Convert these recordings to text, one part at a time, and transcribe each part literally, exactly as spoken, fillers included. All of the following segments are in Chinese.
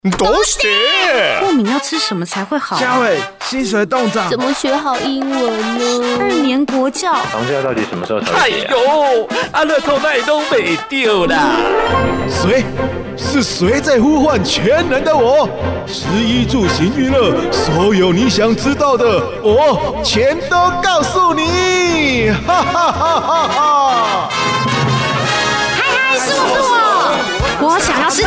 どうして？ 过敏要吃什么才会好？ 嘉伟，薪水冻涨， 怎么学好英文呢？ 二年国教， 房价到底什么时候才哎会跌啊？ 呦，啊，乐透那都没丢啦！ 谁？是谁在呼唤全能的我？食衣住行娱乐，所有你想知道的，我全都告诉你！哈哈哈哈哈！ 嗨嗨，是我是我，我想要知道。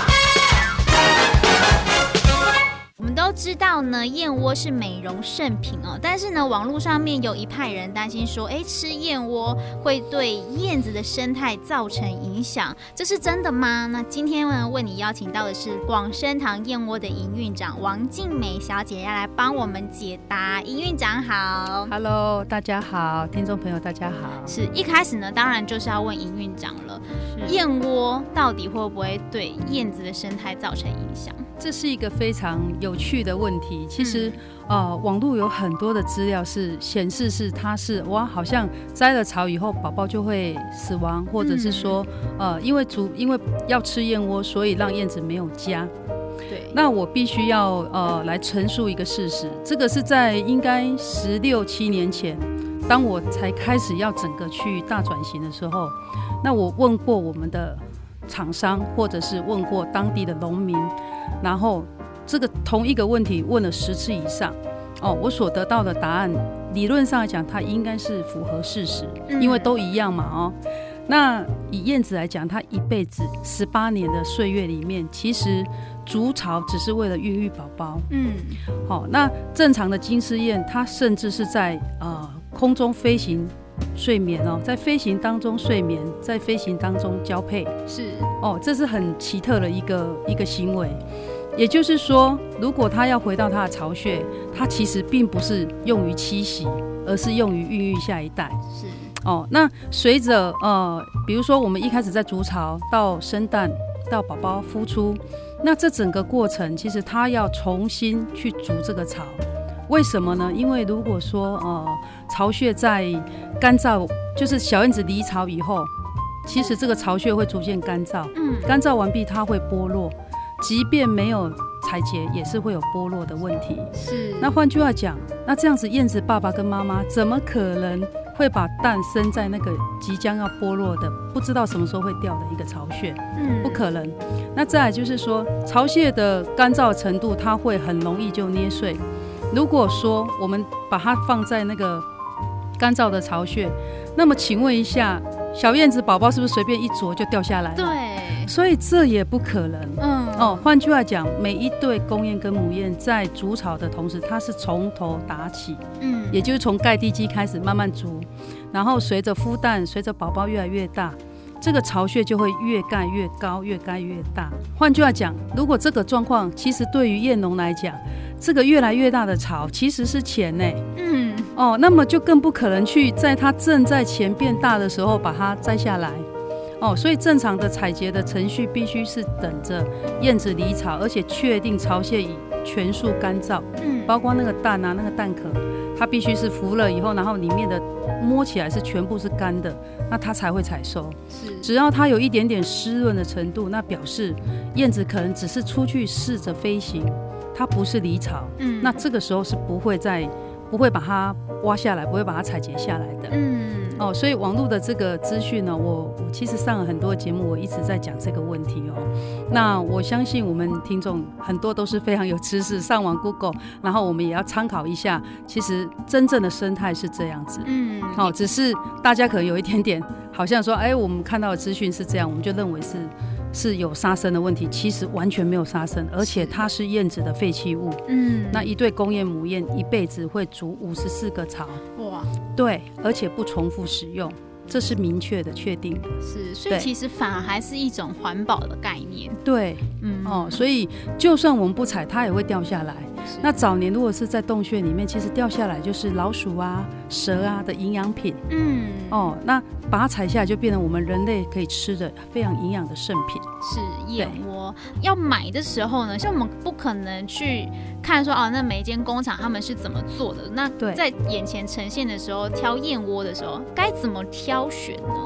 我们都知道呢，燕窝是美容圣品哦，但是呢，网络上面有一派人担心说，哎，吃燕窝会对燕子的生态造成影响，这是真的吗？那今天呢，为你邀请到的是广生堂燕窝的营运长王静美小姐，要来帮我们解答。营运长好 ，Hello， 大家好，听众朋友大家好。 是一开始呢，当然就是要问营运长了，燕窝到底会不会对燕子的生态造成影响？ 这是一个非常有趣的问题。其实，嗯、呃，网络有很多的资料是显示是它是哇，好像摘了巢以后，宝宝就会死亡，或者是说，嗯、呃，因为足因为要吃燕窝，所以让燕子没有家。 对， 那我必须要呃来陈述一个事实，这个是在应该十六七年前，当我才开始要整个去大转型的时候，那我问过我们的厂商，或者是问过当地的农民。然后这个同一个问题问了十次以上，哦，我所得到的答案，理论上来讲，它应该是符合事实，因为都一样嘛，哦。那以燕子来讲，它一辈子十八年的岁月里面，其实筑巢只是为了孕育宝宝，嗯，好、哦，那正常的金丝燕，它甚至是在呃空中飞行。睡眠哦，在飞行当中睡眠，在飞行当中交配， 是哦，这是很奇特的一个一个行为。也就是说，如果它要回到它的巢穴，它其实并不是用于栖息，而是用于孕育下一代。 是哦，那随着呃，比如说我们一开始在筑巢，到生蛋，到宝宝孵出，那这整个过程，其实它要重新去筑这个巢。为什么呢？因为如果说呃巢穴在干燥，就是小燕子离巢以后，其实这个巢穴会逐渐干燥，嗯，干燥完毕它会剥落，即便没有采撷，也是会有剥落的问题。 是。 那换句话讲，那这样子燕子爸爸跟妈妈怎么可能会把蛋生在那个即将要剥落的、不知道什么时候会掉的一个巢穴？嗯，不可能。那再来就是说，巢穴的干燥程度，它会很容易就捏碎。如果说我们把它放在那个干燥的巢穴，那么请问一下，小燕子宝宝是不是随便一啄就掉下来了？ 对， 所以这也不可能。 嗯， 哦，换句话讲，每一对公燕跟母燕在筑巢的同时，它是从头打起，嗯，也就是从盖地基开始慢慢筑，然后随着孵蛋，随着宝宝越来越大。这个巢穴就会越盖越高，越盖越大。换句话讲，如果这个状况，其实对于燕农来讲，这个越来越大的巢其实是钱呢。嗯，哦，那么就更不可能去在它正在钱变大的时候把它摘下来。哦，所以正常的采撷的程序必须是等着燕子离巢，而且确定巢穴已全数干燥，嗯，包括那个蛋啊，那个蛋壳，它必须是孵了以后，然后里面的摸起来是全部是干的，那它才会采收。是，只要它有一点点湿润的程度，那表示燕子可能只是出去试着飞行，它不是离巢。嗯，那这个时候是不会再不会把它挖下来，不会把它采撷下来的。嗯。哦，所以网络的这个资讯呢，我我其实上了很多节目，我一直在讲这个问题哦。那我相信我们听众很多都是非常有知识，上网 Google， 然后我们也要参考一下，其实真正的生态是这样子。嗯，好、哦，只是大家可能有一点点，好像说，哎，我们看到的资讯是这样，我们就认为是。是有杀生的问题，其实完全没有杀生，而且它是燕子的废弃物。嗯，那一对公燕母燕一辈子会筑五十四个巢，哇，对，而且不重复使用，这是明确的确定的。 是，所以其实反而还是一种环保的概念。 对，嗯，哦，所以就算我们不采，它也会掉下来。那早年如果是在洞穴里面，其实掉下来就是老鼠啊、蛇啊的营养品。嗯，哦，那把它采下来就变成我们人类可以吃的非常营养的圣品。 是燕窝，要买的时候呢，像我们不可能去看说哦，那每一间工厂他们是怎么做的。那在眼前呈现的时候，挑燕窝的时候该怎么挑选呢？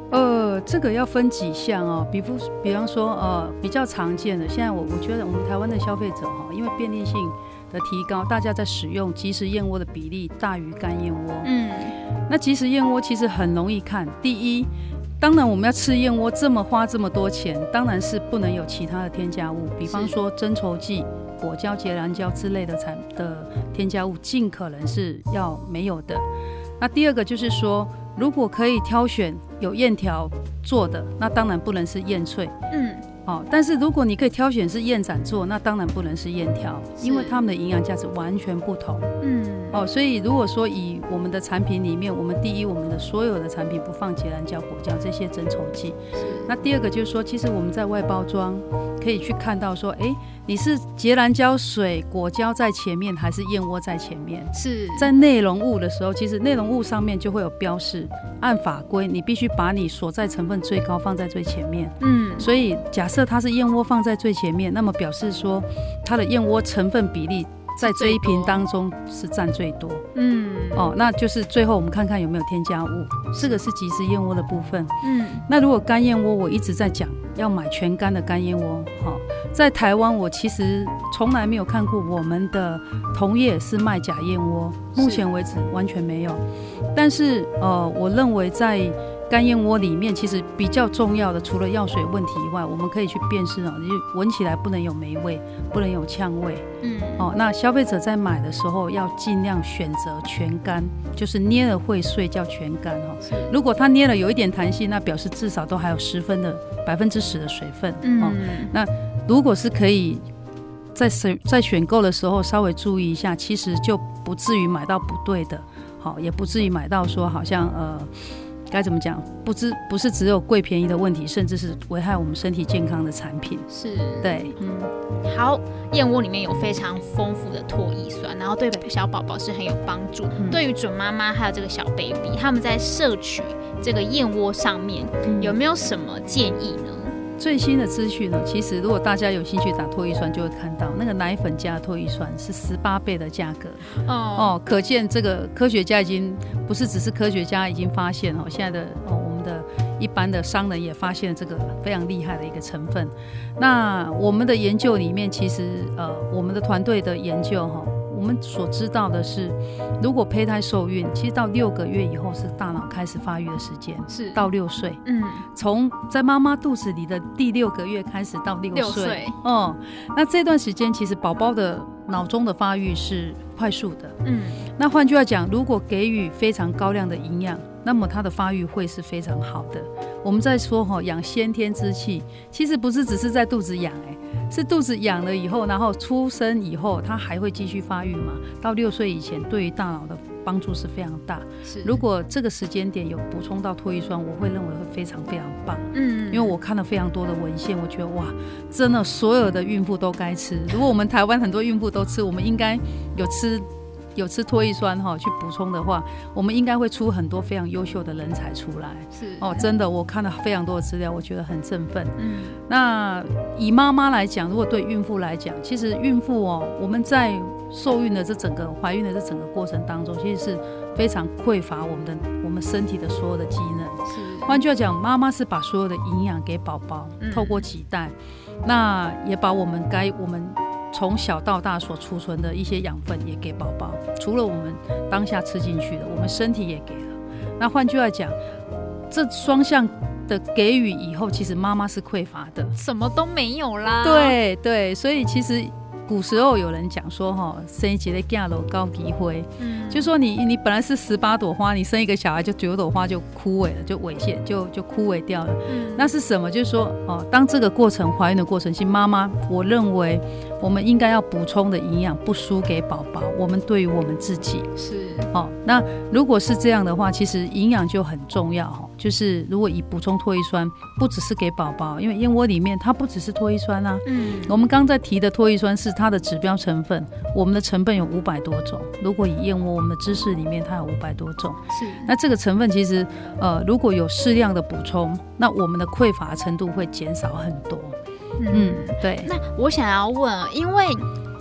呃，这个要分几项哦，比如比方说，呃，比较常见的，现在我我觉得我们台湾的消费者哈，因为便利性的提高，大家在使用即食燕窝的比例大于干燕窝。嗯，那即食燕窝其实很容易看，第一，当然我们要吃燕窝这么花这么多钱，当然是不能有其他的添加物，比方说增稠剂、果胶、结兰胶之类的产的添加物，尽可能是要没有的。那第二个就是说，如果可以挑选有燕条做的，那当然不能是燕脆。嗯，哦，但是如果你可以挑选是燕盏做，那当然不能是燕条，因为它们的营养价值完全不同。嗯，哦，所以如果说以我们的产品里面，我们第一，我们的所有的产品不放结兰胶、果胶这些增稠剂。那第二个就是说，其实我们在外包装可以去看到说，哎，你是结兰胶水、果胶在前面，还是燕窝在前面？是在内容物的时候，其实内容物上面就会有标示，按法规你必须把你所在成分最高放在最前面。嗯，所以假设它是燕窝放在最前面，那么表示说它的燕窝成分比例在这一瓶当中是占最多。嗯，哦，那就是最后我们看看有没有添加物，这个是即食燕窝的部分。嗯，那如果干燕窝，我一直在讲要买全干的干燕窝。哦，在台湾我其实从来没有看过我们的同业是卖假燕窝，目前为止完全没有。但是呃，我认为在干燕窝里面其实比较重要的，除了药水问题以外，我们可以去辨识哦，闻起来不能有霉味，不能有呛味。嗯，哦，那消费者在买的时候要尽量选择全干，就是捏了会碎叫全干哦。如果它捏了有一点弹性，那表示至少都还有十分的百分之十的水分。嗯，哦，那如果是可以在在选购的时候稍微注意一下，其实就不至于买到不对的，好，也不至于买到说好像呃。该怎么讲？不知不是只有贵便宜的问题，甚至是危害我们身体健康的产品。是，对， 嗯，好，燕窝里面有非常丰富的唾液酸，然后对小宝宝是很有帮助。嗯，对于准妈妈还有这个小 baby， 他们在摄取这个燕窝上面，嗯，有没有什么建议呢？ 最新的资讯呢，其实如果大家有兴趣打唾液酸，就会看到那个奶粉加唾液酸是十八倍的价格。哦, 哦，可见这个科学家已经不是只是科学家已经发现哦，现在的哦我们的一般的商人也发现了这个非常厉害的一个成分。那我们的研究里面，其实呃我们的团队的研究哈，我们所知道的是，如果胚胎受孕，其实到六个月以后是大脑开始发育的时间，是到六岁。嗯，从在妈妈肚子里的第六个月开始到六岁。六岁。哦，那这段时间其实宝宝的脑中的发育是快速的。嗯，那换句话讲，如果给予非常高量的营养，那么它的发育会是非常好的。我们在说哈，养先天之气，其实不是只是在肚子养，哎，是肚子养了以后，然后出生以后，它还会继续发育嘛。到六岁以前，对于大脑的帮助是非常大。是，如果这个时间点有补充到唾液酸，我会认为会非常非常棒。嗯，因为我看了非常多的文献，我觉得哇，真的所有的孕妇都该吃。如果我们台湾很多孕妇都吃，我们应该有吃。有吃唾液酸哈去补充的话，我们应该会出很多非常优秀的人才出来。是哦，真的，我看了非常多的资料，我觉得很振奋。嗯，那以妈妈来讲，如果对孕妇来讲，其实孕妇哦，我们在受孕的这整个怀孕的这整个过程当中，其实是非常匮乏我们的我们身体的所有的机能。是，换句话讲，妈妈是把所有的营养给宝宝，嗯，透过脐带，那也把我们该我们。从小到大所储存的一些养分也给宝宝，除了我们当下吃进去的，我们身体也给了。那换句话讲，这双向的给予以后，其实妈妈是匮乏的， 什么都没有啦。 对对，所以其实古时候有人讲说哈，生一个囝就九枝花，嗯，就说你你本来是十八朵花，你生一个小孩就九朵花就枯萎了，就萎谢，就就枯萎掉了。嗯，那是什么？就是说哦，当这个过程怀孕的过程，其实妈妈，我认为我们应该要补充的营养不输给宝宝，我们对于我们自己是哦。那如果是这样的话，其实营养就很重要哈。就是如果以补充唾液酸，不只是给宝宝，因为燕窝里面它不只是唾液酸啊。嗯，我们刚才提的唾液酸是它的指标成分，我们的成分有五百多种。如果以燕窝，我们的知识里面它有五百多种。是，那这个成分其实呃，如果有适量的补充，那我们的匮乏程度会减少很多。嗯，对。 那我想要问，因为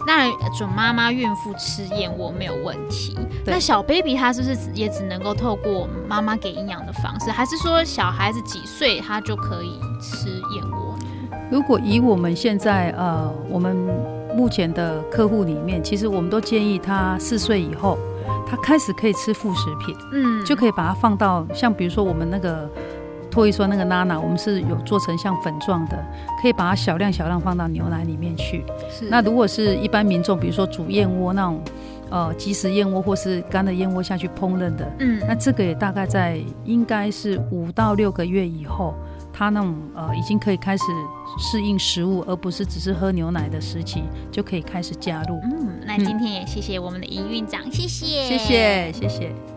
当然准妈妈孕妇吃燕窝没有问题，那小 baby 他是不是也只能够透过妈妈给营养的方式，还是说小孩子几岁他就可以吃燕窝呢？ 如果以我们现在呃我们目前的客户里面，其实我们都建议他四岁以后他开始可以吃副食品，嗯，就可以把它放到像比如说我们那个唾液酸那个娜娜，我们是有做成像粉状的，可以把它小量小量放到牛奶里面去。那如果是一般民众，比如说煮燕窝那种呃即食燕窝或是干的燕窝下去烹饪的，嗯，那这个也大概在应该是五到六个月以后，他那种呃已经可以开始适应食物，而不是只是喝牛奶的时期，就可以开始加入。 嗯，那今天也谢谢我们的营运长，谢谢， 谢谢，谢谢。